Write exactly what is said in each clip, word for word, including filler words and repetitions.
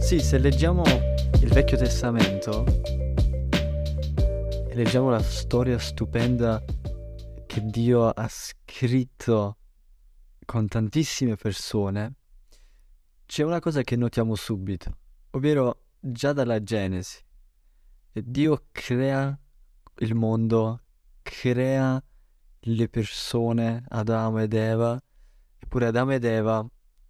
Sì, se leggiamo il Vecchio Testamento e leggiamo la storia stupenda che Dio ha scritto con tantissime persone, c'è una cosa che notiamo subito, ovvero già dalla Genesi. Dio crea il mondo, crea le persone, Adamo ed Eva, eppure Adamo ed Eva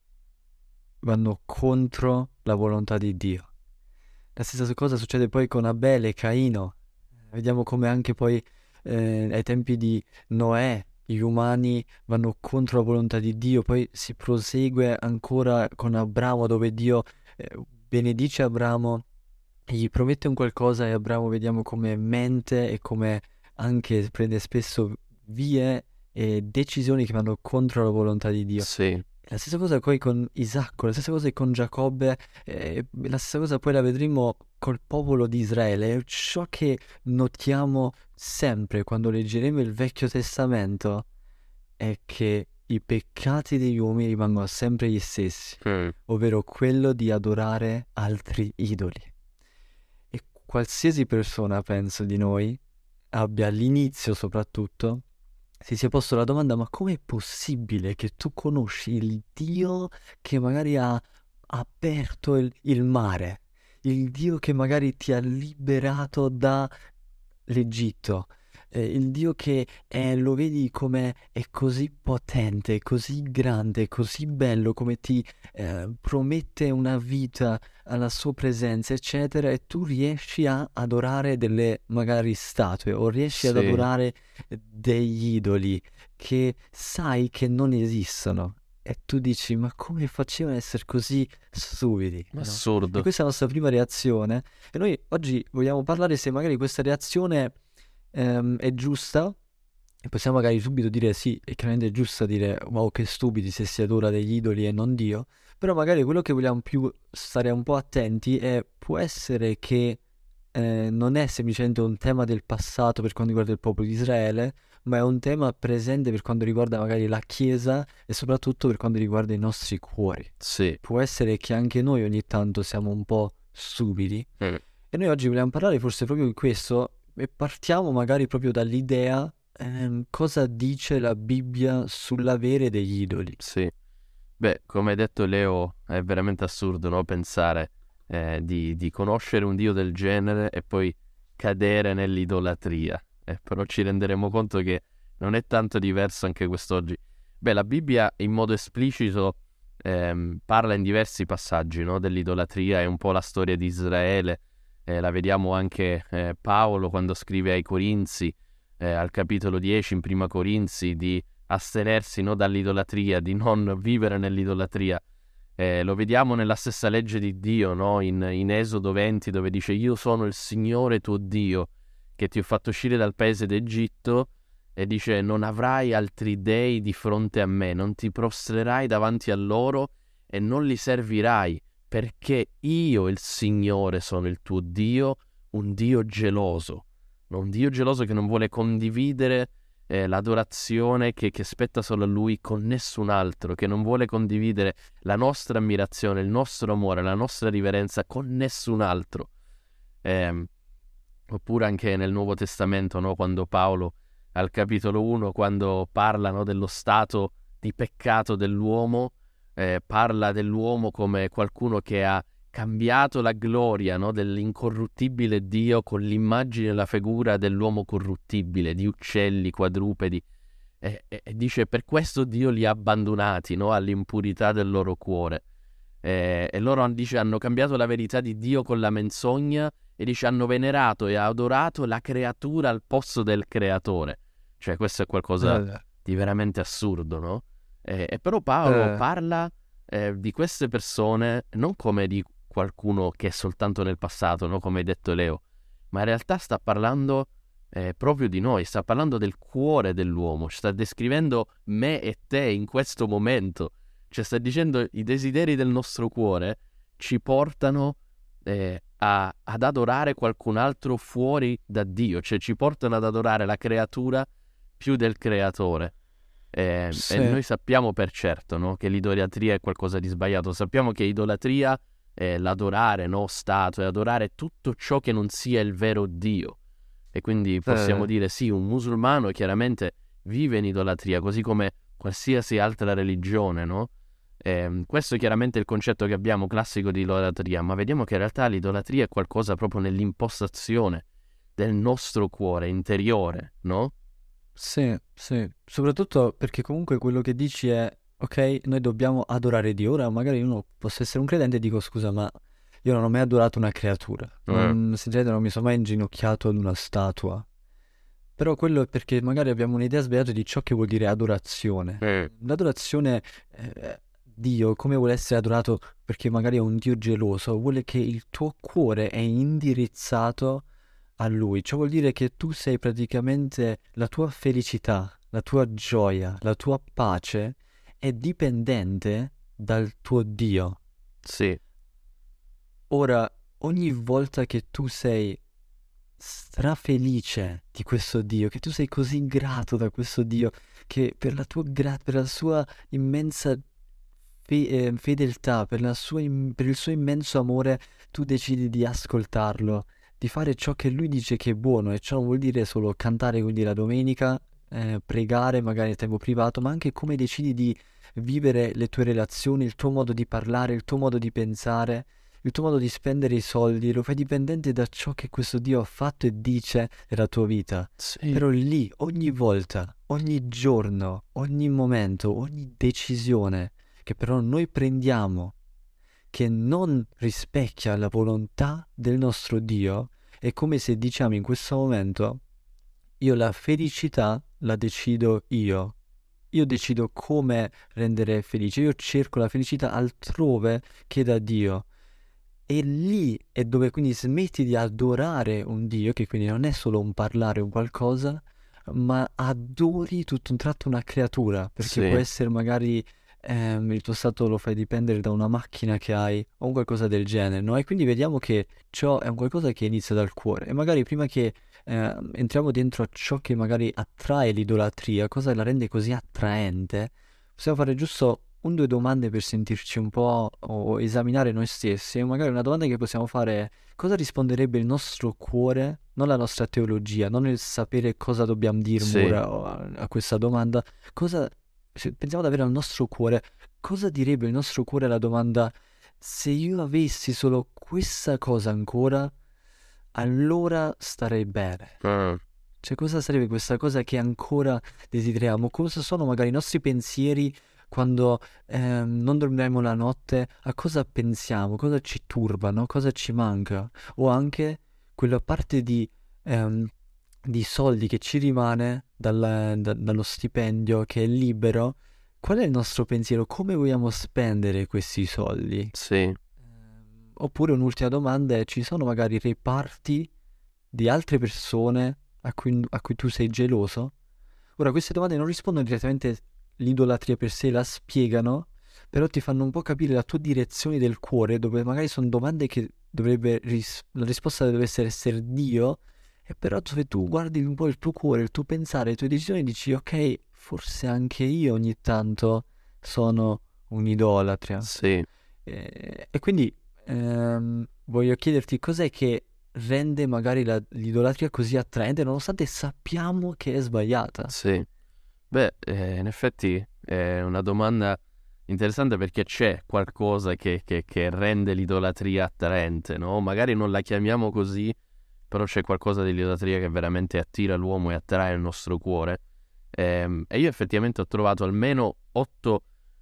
vanno contro la volontà di Dio. La stessa cosa succede poi con Abele e Caino. Vediamo come anche poi eh, ai tempi di Noè gli umani vanno contro la volontà di Dio, poi si prosegue ancora con Abramo, dove Dio eh, benedice Abramo, gli promette un qualcosa e Abramo vediamo come mente e come anche prende spesso vie e decisioni che vanno contro la volontà di Dio. Sì, La stessa cosa poi con Isacco, la stessa cosa con Giacobbe, eh, la stessa cosa poi la vedremo col popolo di Israele. Ciò che notiamo sempre quando leggeremo il Vecchio Testamento è che i peccati degli uomini rimangono sempre gli stessi, mm, ovvero quello di adorare altri idoli. E qualsiasi persona, penso, di noi abbia all'inizio soprattutto si sia posto la domanda: ma com'è possibile che tu conosci il Dio che magari ha aperto il, il mare, il Dio che magari ti ha liberato dall'Egitto, eh, il Dio che è, lo vedi come è così potente, così grande, così bello, come ti eh, promette una vita alla sua presenza, eccetera, e tu riesci a adorare delle magari statue o riesci ad sì, adorare degli idoli che sai che non esistono e tu dici: ma come facevano ad essere così stupidi, no? E assurdo. questa è la nostra prima reazione e noi oggi vogliamo parlare se magari questa reazione ehm, è giusta, e possiamo magari subito dire sì, è chiaramente giusto dire wow che stupidi se si adora degli idoli e non Dio, però magari quello che vogliamo più stare un po' attenti è: può essere che eh, non è semplicemente un tema del passato per quanto riguarda il popolo di Israele, ma è un tema presente per quanto riguarda magari la Chiesa e soprattutto per quanto riguarda i nostri cuori. Sì, Può essere che anche noi ogni tanto siamo un po' stupidi mm, e noi oggi vogliamo parlare forse proprio di questo e partiamo magari proprio dall'idea ehm, cosa dice la Bibbia sull'avere degli idoli. sì. Beh, come hai detto Leo, è veramente assurdo, no? Pensare eh, di, di conoscere un Dio del genere e poi cadere nell'idolatria. Eh, però ci renderemo conto che non è tanto diverso anche quest'oggi. Beh, la Bibbia in modo esplicito ehm, parla in diversi passaggi, no? Dell'idolatria, è un po' la storia di Israele. Eh, la vediamo anche eh, Paolo quando scrive ai Corinzi, eh, al capitolo dieci in Prima Corinzi, di astenersi, no, dall'idolatria, di non vivere nell'idolatria. Eh, lo vediamo nella stessa legge di Dio, no? in, in Esodo venti, dove dice: io sono il Signore tuo Dio che ti ho fatto uscire dal paese d'Egitto, e dice: non avrai altri dei di fronte a me, non ti prostrerai davanti a loro e non li servirai, perché io il Signore sono il tuo Dio, un Dio geloso, un Dio geloso che non vuole condividere Eh, l'adorazione che, che spetta solo a Lui con nessun altro, che non vuole condividere la nostra ammirazione, il nostro amore, la nostra riverenza con nessun altro. Eh, oppure anche nel Nuovo Testamento, no? Quando Paolo al capitolo uno, quando parla, no, dello stato di peccato dell'uomo, eh, parla dell'uomo come qualcuno che ha cambiato la gloria, no, dell'incorruttibile Dio con l'immagine e la figura dell'uomo corruttibile, di uccelli, quadrupedi, e, e, e dice: per questo Dio li ha abbandonati, no, all'impurità del loro cuore. E, e loro, dice, hanno cambiato la verità di Dio con la menzogna, e dice hanno venerato e adorato la creatura al posto del creatore. Cioè questo è qualcosa Eh, di veramente assurdo, no? E, e però Paolo eh, parla eh, di queste persone non come di qualcuno che è soltanto nel passato, no? Come hai detto Leo, ma in realtà sta parlando eh, proprio di noi, sta parlando del cuore dell'uomo, sta descrivendo me e te in questo momento, cioè sta dicendo: i desideri del nostro cuore ci portano eh, a, ad adorare qualcun altro fuori da Dio, cioè ci portano ad adorare la creatura più del creatore. Eh, e sì, noi sappiamo per certo, no, che l'idolatria è qualcosa di sbagliato. Sappiamo che idolatria eh, l'adorare, no? Statue, adorare tutto ciò che non sia il vero Dio. E quindi possiamo Eh, dire sì, un musulmano chiaramente vive in idolatria, così come qualsiasi altra religione, no? Ehm, questo è chiaramente il concetto che abbiamo classico di idolatria, ma vediamo che in realtà l'idolatria è qualcosa proprio nell'impostazione del nostro cuore interiore, no? sì, sì, soprattutto perché comunque quello che dici è, ok, noi dobbiamo adorare Dio. Ora magari uno possa essere un credente e dico, scusa, ma io non ho mai adorato una creatura, Eh, non, sinceramente non mi sono mai inginocchiato ad una statua. Però quello è perché magari abbiamo un'idea sbagliata di ciò che vuol dire adorazione. eh, L'adorazione, eh, Dio, come vuole essere adorato perché magari è un Dio geloso, vuole che il tuo cuore è indirizzato a Lui. Ciò vuol dire che tu sei praticamente la tua felicità, la tua gioia, la tua pace è dipendente dal tuo Dio. sì, Ora, ogni volta che tu sei strafelice di questo Dio, che tu sei così grato da questo Dio, che per la tua gra- per la sua immensa fe- eh, fedeltà, per la sua im- per il suo immenso amore, tu decidi di ascoltarlo, di fare ciò che lui dice che è buono, e ciò non vuol dire solo cantare quindi la domenica, eh, pregare magari nel tempo privato, ma anche come decidi di vivere le tue relazioni, il tuo modo di parlare, il tuo modo di pensare, il tuo modo di spendere i soldi, lo fai dipendente da ciò che questo Dio ha fatto e dice nella tua vita. sì, Però lì, ogni volta, ogni giorno, ogni momento, ogni decisione che però noi prendiamo, che non rispecchia la volontà del nostro Dio, è come se diciamo in questo momento, io la felicità la decido io. Io decido come rendere felice, io cerco la felicità altrove che da Dio. E lì è dove quindi smetti di adorare un Dio, che quindi non è solo un parlare o qualcosa, ma adori tutto un tratto una creatura, perché può sì, essere magari ehm, il tuo stato lo fai dipendere da una macchina che hai o un qualcosa del genere, no? E quindi vediamo che ciò è un qualcosa che inizia dal cuore. E magari prima che ehm, entriamo dentro a ciò che magari attrae l'idolatria, cosa la rende così attraente, possiamo fare giusto un due domande per sentirci un po' o esaminare noi stessi. E magari una domanda che possiamo fare è: cosa risponderebbe il nostro cuore, non la nostra teologia, non il sapere cosa dobbiamo dirmo sì, ora o a, a questa domanda. Cosa, se pensiamo davvero al nostro cuore, cosa direbbe il nostro cuore alla domanda: se io avessi solo questa cosa ancora, allora starei bene. eh, Cioè, cosa sarebbe questa cosa che ancora desideriamo? Cosa sono magari i nostri pensieri quando ehm, non dormiremo la notte? A cosa pensiamo? Cosa ci turba, no? Cosa ci manca? O anche quella parte di, ehm, di soldi che ci rimane dal- da- dallo stipendio che è libero. Qual è il nostro pensiero? Come vogliamo spendere questi soldi? sì, Ehm, Oppure un'ultima domanda è: ci sono magari reparti di altre persone a cui, a cui tu sei geloso? Ora, queste domande non rispondono direttamente l'idolatria per sé, la spiegano, però ti fanno un po' capire la tua direzione del cuore, dove magari sono domande che dovrebbe, ris- la risposta deve essere essere Dio, e però dove tu guardi un po' il tuo cuore, il tuo pensare, le tue decisioni, dici, ok, forse anche io ogni tanto sono un idolatria. sì. E, e quindi ehm, voglio chiederti cos'è che rende magari la- l'idolatria così attraente, nonostante sappiamo che è sbagliata. Sì, beh, eh, in effetti è una domanda interessante perché c'è qualcosa che, che- che rende l'idolatria attraente, no? Magari non la chiamiamo così, però c'è qualcosa dell'idolatria che veramente attira l'uomo e attrae il nostro cuore. Ehm, e io effettivamente ho trovato almeno otto,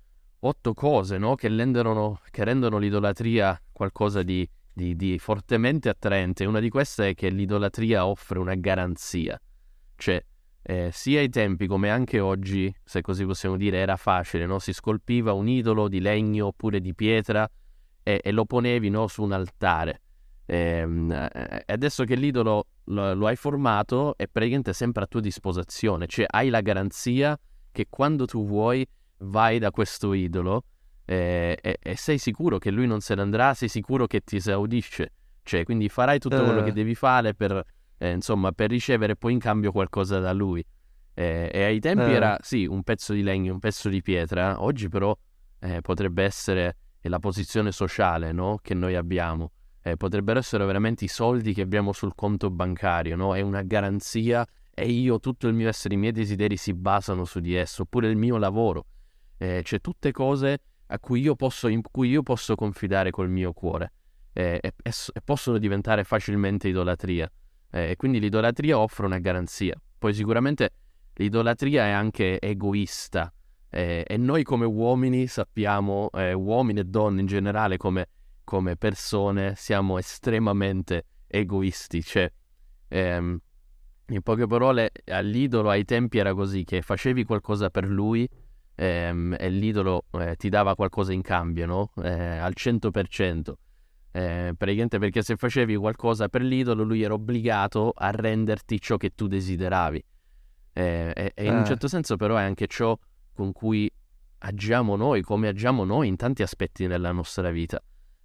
otto cose, no? Che rendono, che rendono l'idolatria qualcosa di, di di fortemente attraente. Una di queste è che l'idolatria offre una garanzia. Cioè, eh, sia ai tempi come anche oggi, se così possiamo dire, era facile, no? Si scolpiva un idolo di legno oppure di pietra e, e lo ponevi, no, su un altare. Ehm, eh, E adesso che l'idolo lo, lo hai formato è praticamente sempre a tua disposizione, cioè hai la garanzia che quando tu vuoi vai da questo idolo eh, e, e sei sicuro che lui non se ne andrà, sei sicuro che ti esaudisce, cioè quindi farai tutto quello che Eh, devi fare per eh, insomma, per ricevere poi in cambio qualcosa da lui. Eh, e ai tempi eh, era, sì, un pezzo di legno, un pezzo di pietra, oggi però eh, potrebbe essere e la posizione sociale, no? Che noi abbiamo. Eh, potrebbero essere veramente i soldi che abbiamo sul conto bancario, no? È una garanzia e io, tutto il mio essere, i miei desideri si basano su di esso, oppure il mio lavoro. Eh, c'è tutte cose a cui io posso, in cui io posso confidare col mio cuore eh, e, e, e possono diventare facilmente idolatria. Eh, e quindi l'idolatria offre una garanzia. Poi sicuramente l'idolatria è anche egoista. Eh, e noi come uomini sappiamo, eh, uomini e donne in generale, come, come persone, siamo estremamente egoisti. Cioè, ehm, in poche parole, all'idolo ai tempi era così, che facevi qualcosa per lui ehm, e l'idolo eh, ti dava qualcosa in cambio, no? Eh, al cento per cento. Eh, praticamente perché se facevi qualcosa per l'idolo, lui era obbligato a renderti ciò che tu desideravi. Eh, e, e in un Eh, certo senso però è anche ciò con cui agiamo noi, come agiamo noi in tanti aspetti nella nostra vita.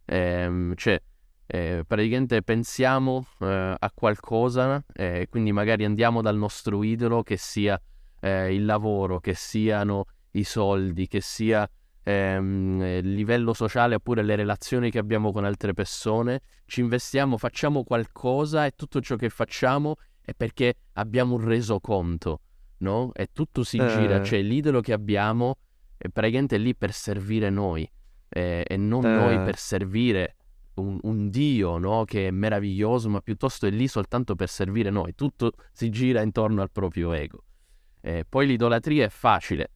Ehm, cioè, eh, praticamente pensiamo eh, a qualcosa, e eh, quindi magari andiamo dal nostro idolo, che sia eh, il lavoro, che siano i soldi, che sia ehm, il livello sociale oppure le relazioni che abbiamo con altre persone. Ci investiamo, facciamo qualcosa e tutto ciò che facciamo è perché abbiamo un resoconto, no? E tutto si gira, eh, cioè l'idolo che abbiamo è praticamente lì per servire noi eh, e non noi eh, per servire un, un Dio, no? Che è meraviglioso, ma piuttosto è lì soltanto per servire noi. Tutto si gira intorno al proprio ego. Eh, poi l'idolatria è facile.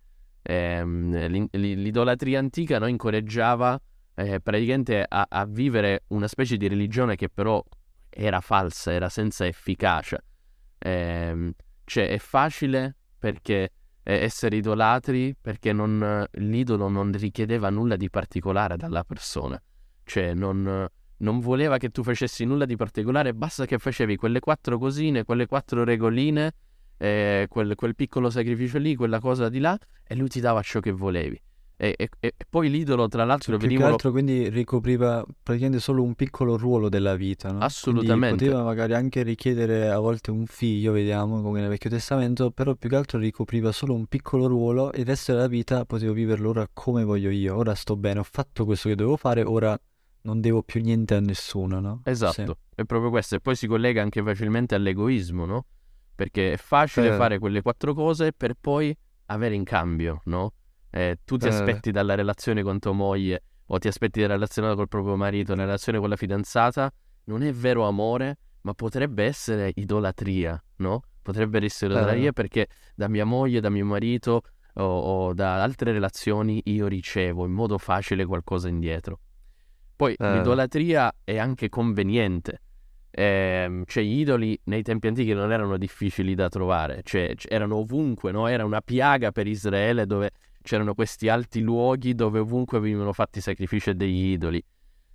Ehm, l'in- l'idolatria antica noi incoraggiava eh, praticamente a, a vivere una specie di religione che però era falsa, era senza efficacia. Ehm, cioè è facile perché eh, essere idolatri, perché non, l'idolo non richiedeva nulla di particolare dalla persona. Cioè non, non voleva che tu facessi nulla di particolare, basta che facevi quelle quattro cosine, quelle quattro regoline, eh, quel, quel piccolo sacrificio lì, quella cosa di là, e lui ti dava ciò che volevi. E, e- e poi l'idolo, tra cioè, l'altro, più che venivano altro quindi ricopriva praticamente solo un piccolo ruolo della vita, no? Quindi assolutamente. poteva magari anche richiedere a volte un figlio, vediamo, come nel Vecchio Testamento, però più che altro ricopriva solo un piccolo ruolo e il resto della vita potevo viverlo ora come voglio io. Ora sto bene, ho fatto questo che dovevo fare, ora non devo più niente a nessuno, no? Sì. Esatto, è proprio questo. E poi si collega anche facilmente all'egoismo, no? Perché è facile Eh, fare quelle quattro cose per poi avere in cambio, no? Eh, tu ti eh, aspetti dalla relazione con tua moglie o ti aspetti dalla relazione col proprio marito, una relazione con la fidanzata, non è vero amore, ma potrebbe essere idolatria, no? Potrebbe essere eh, idolatria perché da mia moglie, da mio marito o, o da altre relazioni io ricevo in modo facile qualcosa indietro. Poi eh, l'idolatria è anche conveniente. Ehm, cioè gli idoli nei tempi antichi non erano difficili da trovare, cioè c- erano ovunque, no? Era una piaga per Israele dove c'erano questi alti luoghi dove ovunque venivano fatti sacrifici degli idoli.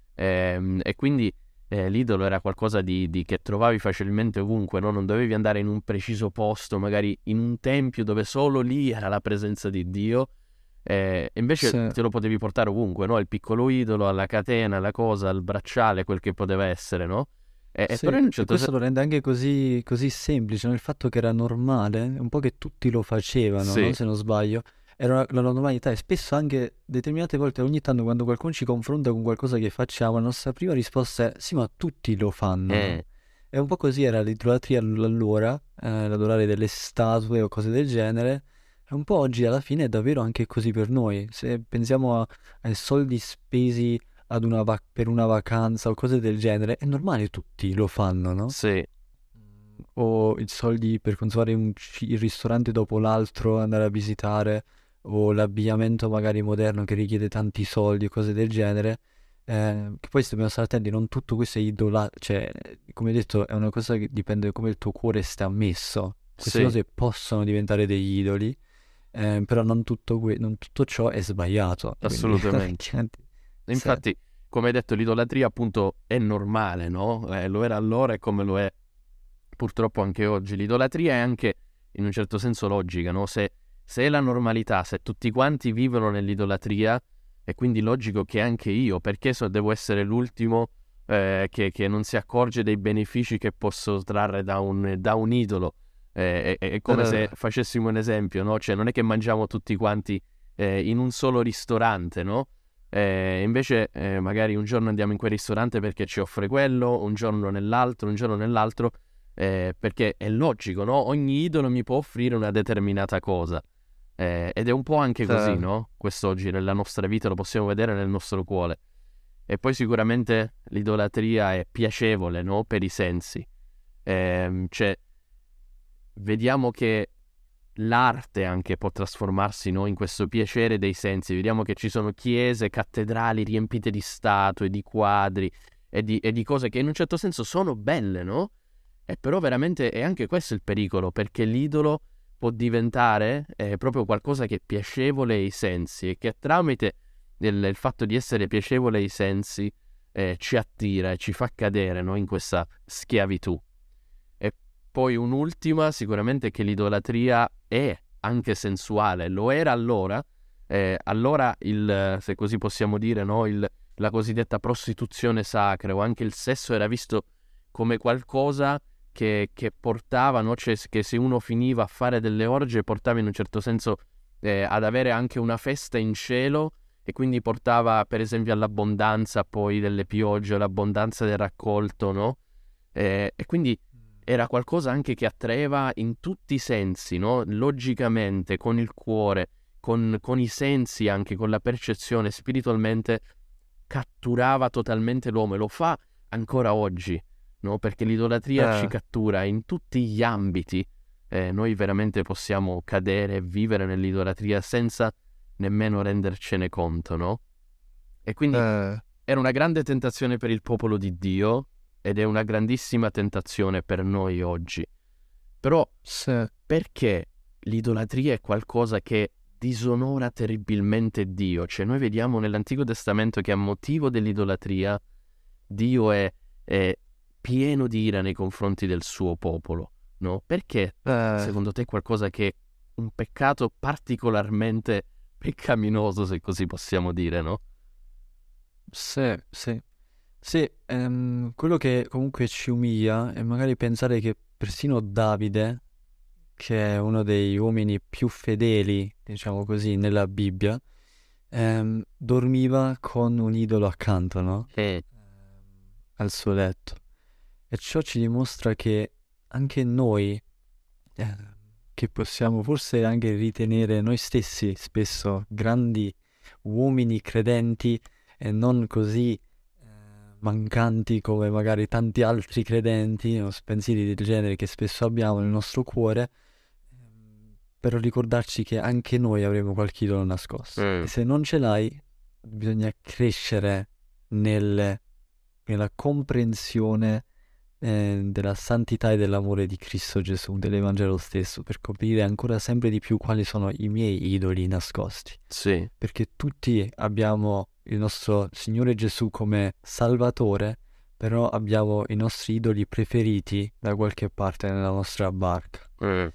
Ehm, e quindi eh, l'idolo era qualcosa di, di- che trovavi facilmente ovunque, no? Non dovevi andare in un preciso posto, magari in un tempio dove solo lì era la presenza di Dio. Eh, e invece sì. te lo potevi portare ovunque, no? Il piccolo idolo, alla catena, la cosa, al bracciale, quel che poteva essere, no? E, e Sì, però in un e certo questo senso... lo rende anche così, così semplice, no? Il fatto che era normale, un po' che tutti lo facevano, no? Sì, Se non sbaglio, era una- la normalità e spesso anche determinate volte, ogni tanto quando qualcuno ci confronta con qualcosa che facciamo, la nostra prima risposta è sì, ma tutti lo fanno, no? eh, E un po' così era l'idolatria all- allora, eh, l'adorare delle statue o cose del genere, e un po' oggi alla fine è davvero anche così per noi. Se pensiamo a- ai soldi spesi ad una va- per una vacanza o cose del genere, è normale, tutti lo fanno, no? sì, Mm, O i soldi per consumare un ci- il ristorante dopo l'altro, andare a visitare, o l'abbigliamento magari moderno che richiede tanti soldi o cose del genere. Eh, che poi se dobbiamo stare attenti, non tutto questo è idola, cioè, come hai detto, è una cosa che dipende da come il tuo cuore sta messo. Queste sì, cose possono diventare degli idoli, eh, però non tutto, que- non tutto ciò è sbagliato. Quindi, assolutamente. chiaramente, E sì. infatti, come hai detto, l'idolatria appunto è normale, no? Eh, lo era allora e come lo è purtroppo anche oggi. L'idolatria è anche in un certo senso logica, no? Se, se è la normalità, se tutti quanti vivono nell'idolatria, è quindi logico che anche io, perché so, devo essere l'ultimo eh, che, che non si accorge dei benefici che posso trarre da un, da un idolo. Eh, è, è come Eh, se facessimo un esempio, no? Cioè non è che mangiamo tutti quanti eh, in un solo ristorante, no? E invece eh, magari un giorno andiamo in quel ristorante perché ci offre quello, un giorno nell'altro, un giorno nell'altro, eh, perché è logico, no? Ogni idolo mi può offrire una determinata cosa. Eh, ed è un po' anche così, Cioè, no? Quest'oggi nella nostra vita lo possiamo vedere nel nostro cuore. E poi sicuramente l'idolatria è piacevole, no? Per i sensi. Ehm, cioè, vediamo che l'arte anche può trasformarsi, no, in questo piacere dei sensi. Vediamo che ci sono chiese, cattedrali riempite di statue, di quadri e di, e di cose che in un certo senso sono belle, no? E però veramente è anche questo il pericolo, perché l'idolo può diventare eh, proprio qualcosa che è piacevole ai sensi e che tramite il, il fatto di essere piacevole ai sensi eh, ci attira e ci fa cadere, no, in questa schiavitù. E poi un'ultima, sicuramente, che l'idolatria è anche sensuale, lo era allora, eh, allora il, se così possiamo dire, no, il, la cosiddetta prostituzione sacra o anche il sesso era visto come qualcosa che, che portava, no, cioè che se uno finiva a fare delle orge portava in un certo senso eh, ad avere anche una festa in cielo e quindi portava per esempio all'abbondanza poi delle piogge, all'abbondanza del raccolto, no? Eh, e quindi era qualcosa anche che attraeva in tutti i sensi, no? Logicamente, con il cuore, con, con i sensi anche, con la percezione, spiritualmente catturava totalmente l'uomo e lo fa ancora oggi, no? Perché l'idolatria ci eh, cattura in tutti gli ambiti. Eh, noi veramente possiamo cadere e vivere nell'idolatria senza nemmeno rendercene conto, no? E quindi eh, era una grande tentazione per il popolo di Dio ed è una grandissima tentazione per noi oggi. Però se, perché l'idolatria è qualcosa che disonora terribilmente Dio? Cioè noi vediamo nell'Antico Testamento che a motivo dell'idolatria Dio è, è pieno di ira nei confronti del suo popolo, no? Perché eh, secondo te è qualcosa che è un peccato particolarmente peccaminoso, se così possiamo dire, no? se, se. Sì, ehm, quello che comunque ci umilia è magari pensare che persino Davide, che è uno degli uomini più fedeli, diciamo così, nella Bibbia, ehm, dormiva con un idolo accanto, no? Eh, Al suo letto. E ciò ci dimostra che anche noi, eh, che possiamo forse anche ritenere noi stessi spesso grandi uomini credenti e non così eh, mancanti come magari tanti altri credenti o pensieri del genere che spesso abbiamo nel nostro cuore, ehm, per ricordarci che anche noi avremo qualche idolo nascosto. mm, E se non ce l'hai, bisogna crescere nel- nella comprensione eh, della santità e dell'amore di Cristo Gesù, dell'Evangelo stesso, per coprire ancora sempre di più quali sono i miei idoli nascosti. sì, Perché tutti abbiamo il nostro Signore Gesù come Salvatore, però abbiamo i nostri idoli preferiti da qualche parte nella nostra barca. mm,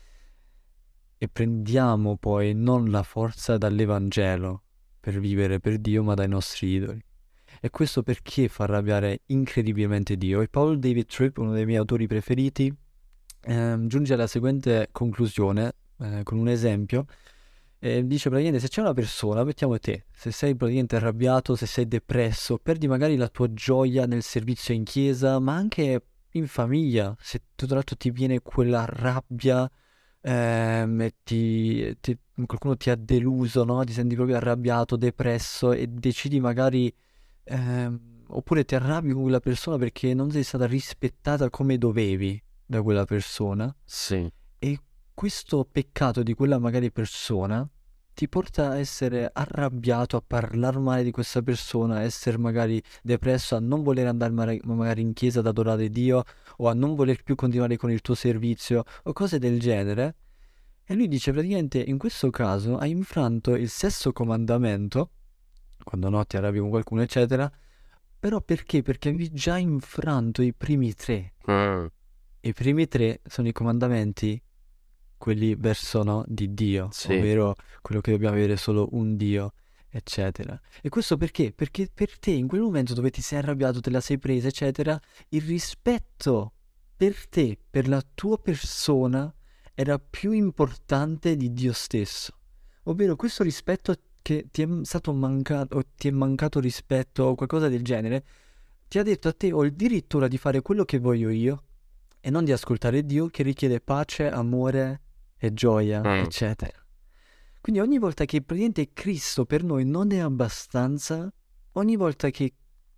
E prendiamo poi non la forza dall'Evangelo per vivere per Dio, ma dai nostri idoli. E questo perché fa arrabbiare incredibilmente Dio. E Paul David Tripp, uno dei miei autori preferiti, ehm, giunge alla seguente conclusione eh, con un esempio. E dice praticamente se c'è una persona, mettiamo te, se sei praticamente arrabbiato, se sei depresso, perdi magari la tua gioia nel servizio in chiesa, ma anche in famiglia, se tutto l'altro ti viene quella rabbia, ehm, e ti, ti- qualcuno ti ha deluso, no? Ti senti proprio arrabbiato, depresso e decidi magari, ehm, oppure ti arrabbi con quella persona perché non sei stata rispettata come dovevi da quella persona. sì, E questo peccato di quella magari persona ti porta a essere arrabbiato, a parlare male di questa persona, a essere magari depresso, a non voler andare mare- magari in chiesa ad adorare Dio o a non voler più continuare con il tuo servizio o cose del genere. E lui dice praticamente in questo caso hai infranto il sesto comandamento, quando no ti arrabbi con qualcuno, eccetera. Però perché? Perché avevi già infranto i primi tre. mm, E i primi tre sono i comandamenti, quelli verso no, di Dio, sì, ovvero quello che dobbiamo avere solo un Dio, eccetera. E questo perché? Perché per te in quel momento dove ti sei arrabbiato, te la sei presa, eccetera, il rispetto per te, per la tua persona, era più importante di Dio stesso. Ovvero questo rispetto che ti è stato mancato, o ti è mancato rispetto o qualcosa del genere, ti ha detto a te ho il diritto ora di fare quello che voglio io e non di ascoltare Dio che richiede pace, amore e gioia, Mm. eccetera. Quindi ogni volta che praticamente Cristo per noi non è abbastanza, ogni volta che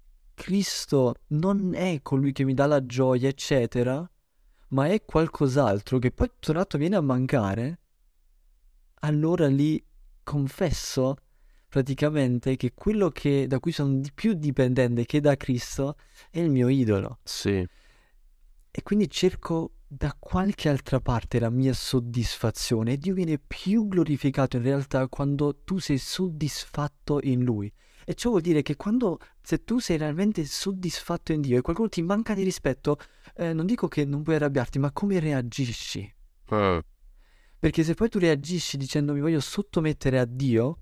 Cristo non è colui che mi dà la gioia, eccetera, ma è qualcos'altro che poi tutto un altro viene a mancare, allora lì confesso praticamente che quello che, da cui sono di più dipendente che da Cristo è il mio idolo. Sì, E quindi cerco da qualche altra parte la mia soddisfazione e Dio viene più glorificato in realtà quando tu sei soddisfatto in Lui. E ciò vuol dire che quando, se tu sei realmente soddisfatto in Dio e qualcuno ti manca di rispetto, eh, non dico che non puoi arrabbiarti, ma come reagisci? Mm. Perché se poi tu reagisci dicendo mi voglio sottomettere a Dio,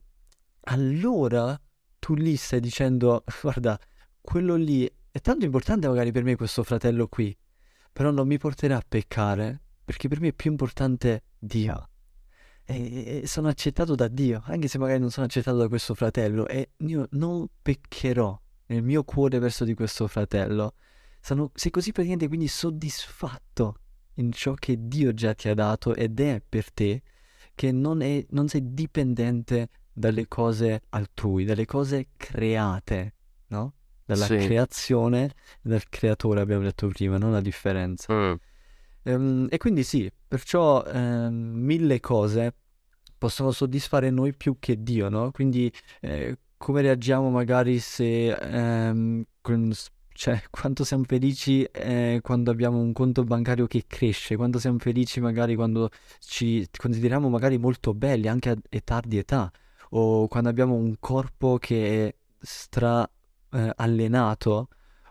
allora tu lì stai dicendo guarda, quello lì è tanto importante magari per me questo fratello qui, però non mi porterà a peccare, perché per me è più importante Dio. E, e sono accettato da Dio, anche se magari non sono accettato da questo fratello, e io non peccherò nel mio cuore verso di questo fratello. Sono, sei così praticamente quindi soddisfatto in ciò che Dio già ti ha dato ed è per te, che non, è, non sei dipendente dalle cose altrui, dalle cose create, no? Dalla Sì. creazione e dal creatore, abbiamo detto prima, non la differenza. Mm. Ehm, e quindi sì, perciò ehm, mille cose possono soddisfare noi più che Dio, no? Quindi eh, come reagiamo magari se, ehm, con- cioè, quanto siamo felici eh, quando abbiamo un conto bancario che cresce, quanto siamo felici magari quando ci consideriamo magari molto belli anche a e tardi età, o quando abbiamo un corpo che è stra eh, allenato,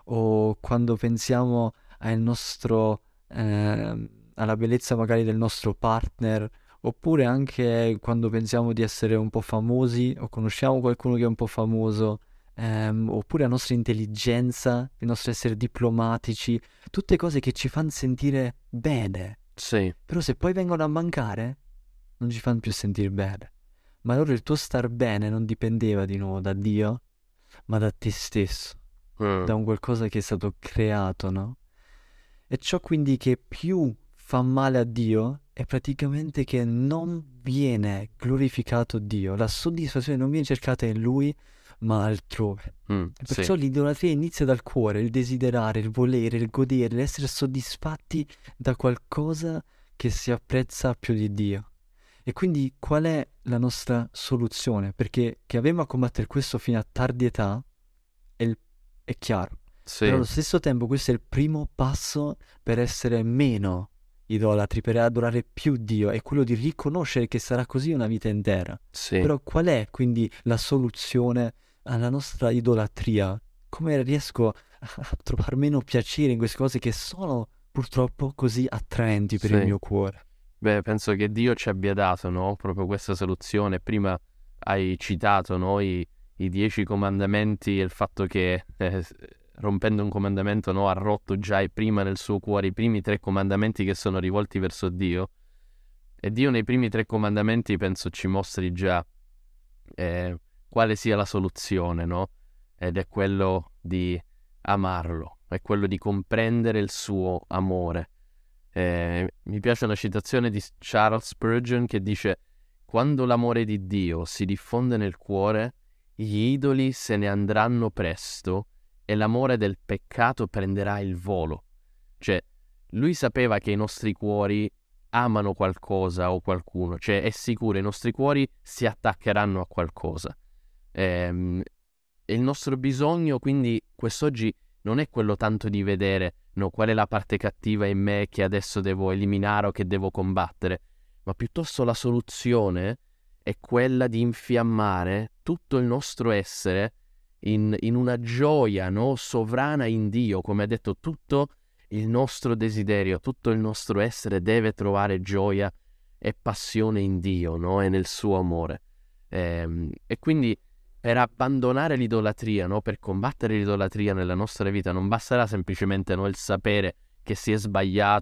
o quando pensiamo al nostro ehm, alla bellezza magari del nostro partner, oppure anche quando pensiamo di essere un po' famosi o conosciamo qualcuno che è un po' famoso, ehm, oppure la nostra intelligenza, il nostro essere diplomatici, tutte cose che ci fanno sentire bene. Sì. Però se poi vengono a mancare, non ci fanno più sentire bene. Ma allora il tuo star bene non dipendeva di nuovo da Dio, ma da te stesso, Mm. da un qualcosa che è stato creato, no? E ciò quindi che più fa male a Dio è praticamente che non viene glorificato Dio, la soddisfazione non viene cercata in Lui, ma altrove. Mm. E Sì. perciò l'idolatria inizia dal cuore, il desiderare, il volere, il godere, l'essere soddisfatti da qualcosa che si apprezza più di Dio. E quindi qual è la nostra soluzione? Perché che avevamo a combattere questo fino a tardi età è, il- è chiaro. Sì. Però allo stesso tempo questo è il primo passo per essere meno idolatri, per adorare più Dio, è quello di riconoscere che sarà così una vita intera. Sì. Però qual è quindi la soluzione alla nostra idolatria? Come riesco a trovare meno piacere in queste cose che sono purtroppo così attraenti per il Sì. mio cuore? Beh, penso che Dio ci abbia dato, no? Proprio questa soluzione. Prima hai citato, no? I, i dieci comandamenti e il fatto che eh, rompendo un comandamento, no? Ha rotto già e prima nel suo cuore i primi tre comandamenti che sono rivolti verso Dio. E Dio nei primi tre comandamenti penso ci mostri già eh, quale sia la soluzione, no? Ed è quello di amarlo, è quello di comprendere il suo amore. Eh, mi piace una citazione di Charles Spurgeon che dice: quando l'amore di Dio si diffonde nel cuore, gli idoli se ne andranno presto e l'amore del peccato prenderà il volo. Cioè, lui sapeva che i nostri cuori amano qualcosa o qualcuno, cioè è sicuro, i nostri cuori si attaccheranno a qualcosa. Ehm, e il nostro bisogno, quindi, quest'oggi non è quello tanto di vedere, no, qual è la parte cattiva in me che adesso devo eliminare o che devo combattere, ma piuttosto la soluzione è quella di infiammare tutto il nostro essere in, in una gioia, no, sovrana in Dio, come ha detto, tutto il nostro desiderio, tutto il nostro essere deve trovare gioia e passione in Dio, no, e nel suo amore. Ehm, e quindi per abbandonare l'idolatria, no? Per combattere l'idolatria nella nostra vita non basterà semplicemente, no, il sapere che si è sbagliato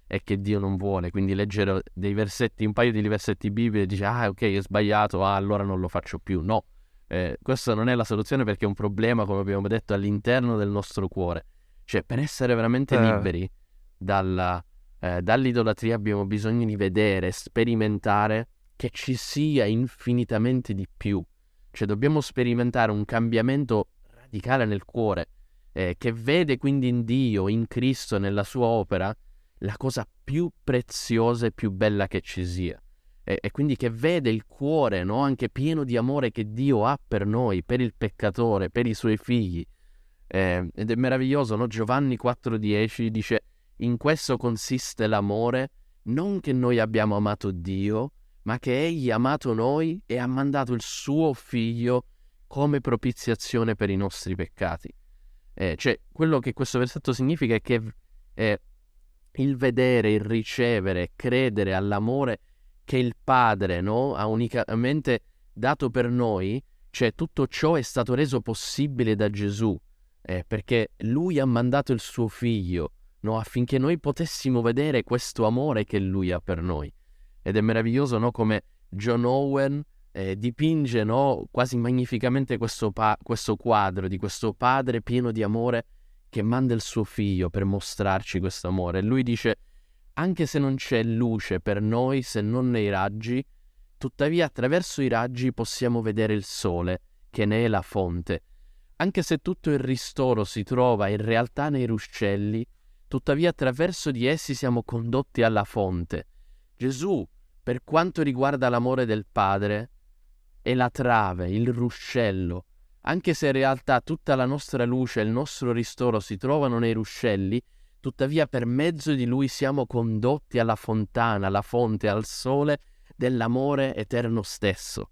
è che Dio non vuole, quindi leggere dei versetti, un paio di versetti biblici e dice ah ok, ho sbagliato, ah allora non lo faccio più. No, eh, questa non è la soluzione, perché è un problema, come abbiamo detto, all'interno del nostro cuore. Cioè, per essere veramente Eh, liberi dalla, eh, dall'idolatria abbiamo bisogno di vedere, sperimentare che ci sia infinitamente di più. Cioè dobbiamo sperimentare un cambiamento radicale nel cuore, eh, che vede quindi in Dio, in Cristo, nella sua opera, la cosa più preziosa e più bella che ci sia. E, e quindi che vede il cuore, no? Anche pieno di amore che Dio ha per noi, per il peccatore, per i suoi figli. Eh, ed è meraviglioso, no? Giovanni quattro dieci dice: in questo consiste l'amore, non che noi abbiamo amato Dio, ma che Egli ha amato noi e ha mandato il suo Figlio come propiziazione per i nostri peccati. Eh, cioè, quello che questo versetto significa è che eh, il vedere, il ricevere, credere all'amore che il Padre, no, ha unicamente dato per noi, cioè tutto ciò è stato reso possibile da Gesù, eh, perché Lui ha mandato il suo Figlio, no, affinché noi potessimo vedere questo amore che Lui ha per noi. Ed è meraviglioso, no, come John Owen eh, dipinge, no, quasi magnificamente questo, pa- questo quadro di questo padre pieno di amore che manda il suo figlio per mostrarci questo amore. E lui dice: anche se non c'è luce per noi se non nei raggi, tuttavia attraverso i raggi possiamo vedere il sole, che ne è la fonte. Anche se tutto il ristoro si trova in realtà nei ruscelli, tuttavia attraverso di essi siamo condotti alla fonte. Gesù, per quanto riguarda l'amore del Padre, è la trave, il ruscello. Anche se in realtà tutta la nostra luce e il nostro ristoro si trovano nei ruscelli, tuttavia per mezzo di Lui siamo condotti alla fontana, alla fonte, al sole dell'amore eterno stesso.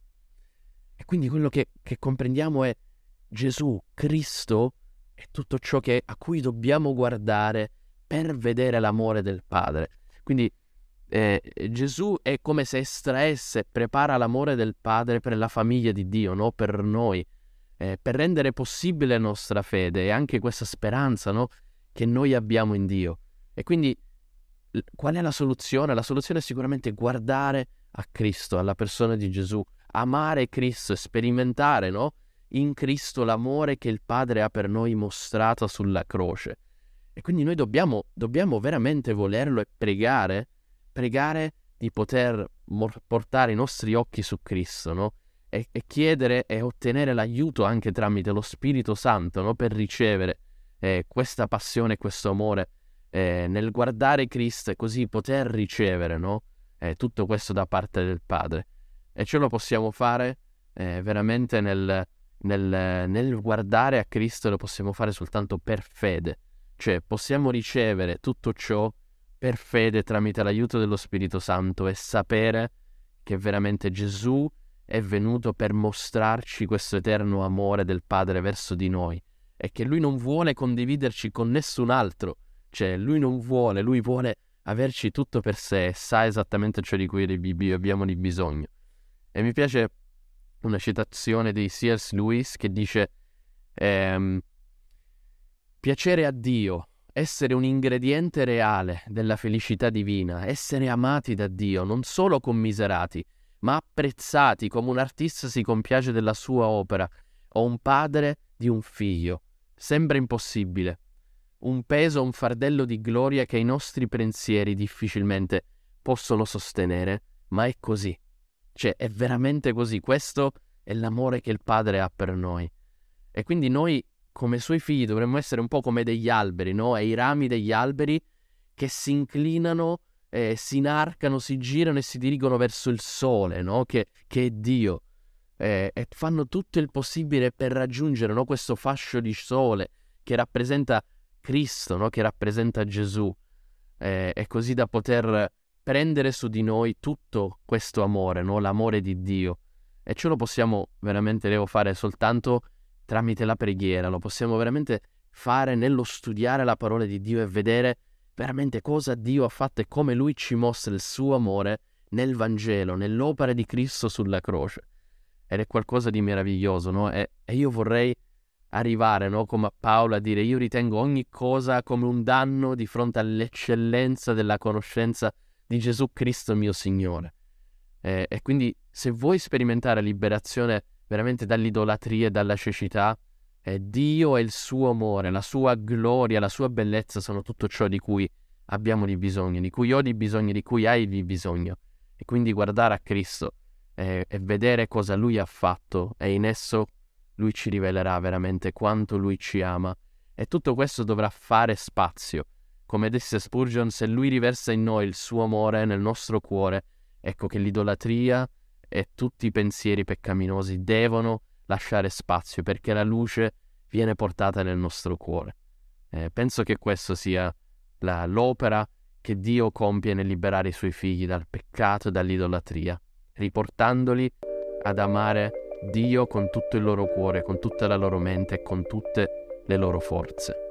E quindi quello che, che comprendiamo è Gesù, Cristo, è tutto ciò che, a cui dobbiamo guardare per vedere l'amore del Padre. Quindi Eh, Gesù è come se estraesse, prepara l'amore del Padre per la famiglia di Dio, no? Per noi, eh, per rendere possibile la nostra fede e anche questa speranza, no? Che noi abbiamo in Dio. E quindi l- qual è la soluzione? La soluzione è sicuramente guardare a Cristo, alla persona di Gesù, amare Cristo e sperimentare, no? In Cristo l'amore che il Padre ha per noi mostrato sulla croce. E quindi noi dobbiamo, dobbiamo veramente volerlo e pregare pregare di poter mor- portare i nostri occhi su Cristo, no? E, e chiedere e ottenere l'aiuto anche tramite lo Spirito Santo, no? Per ricevere eh, questa passione e questo amore eh, nel guardare Cristo e così poter ricevere, no? Eh, tutto questo da parte del Padre. E ce lo possiamo fare eh, veramente nel, nel, nel guardare a Cristo, lo possiamo fare soltanto per fede. Cioè possiamo ricevere tutto ciò per fede tramite l'aiuto dello Spirito Santo e sapere che veramente Gesù è venuto per mostrarci questo eterno amore del Padre verso di noi e che Lui non vuole condividerci con nessun altro, cioè Lui non vuole, Lui vuole averci tutto per sé e sa esattamente ciò di cui abbiamo di bisogno. E mi piace una citazione di C S Lewis che dice ehm, piacere a Dio, essere un ingrediente reale della felicità divina, essere amati da Dio, non solo commiserati, ma apprezzati come un artista si compiace della sua opera, o un padre di un figlio. Sembra impossibile. Un peso, un fardello di gloria che i nostri pensieri difficilmente possono sostenere, ma è così. Cioè, è veramente così. Questo è l'amore che il Padre ha per noi. E quindi noi, come suoi figli, dovremmo essere un po' come degli alberi, no? E i rami degli alberi che si inclinano, eh, si inarcano, si girano e si dirigono verso il sole, no? Che, che è Dio. Eh, e fanno tutto il possibile per raggiungere, no? Questo fascio di sole che rappresenta Cristo, no? Che rappresenta Gesù. Eh, e così da poter prendere su di noi tutto questo amore, no? L'amore di Dio. E ce lo possiamo veramente, Leo, fare soltanto tramite la preghiera, lo possiamo veramente fare nello studiare la parola di Dio e vedere veramente cosa Dio ha fatto e come Lui ci mostra il suo amore nel Vangelo, nell'opera di Cristo sulla croce. Ed è qualcosa di meraviglioso, no? E, e io vorrei arrivare, no, come a Paolo, a dire io ritengo ogni cosa come un danno di fronte all'eccellenza della conoscenza di Gesù Cristo mio Signore. Eh, e quindi se vuoi sperimentare liberazione veramente dall'idolatria e dalla cecità, eh, Dio e il suo amore, la sua gloria, la sua bellezza sono tutto ciò di cui abbiamo di bisogno, di cui ho di bisogno, di cui hai di bisogno. E quindi guardare a Cristo eh, e vedere cosa Lui ha fatto, e in esso Lui ci rivelerà veramente quanto Lui ci ama. E tutto questo dovrà fare spazio. Come disse Spurgeon, se Lui riversa in noi il suo amore nel nostro cuore, ecco che l'idolatria e tutti i pensieri peccaminosi devono lasciare spazio, perché la luce viene portata nel nostro cuore. Eh, penso che questo sia la, l'opera che Dio compie nel liberare i suoi figli dal peccato e dall'idolatria, riportandoli ad amare Dio con tutto il loro cuore, con tutta la loro mente e con tutte le loro forze.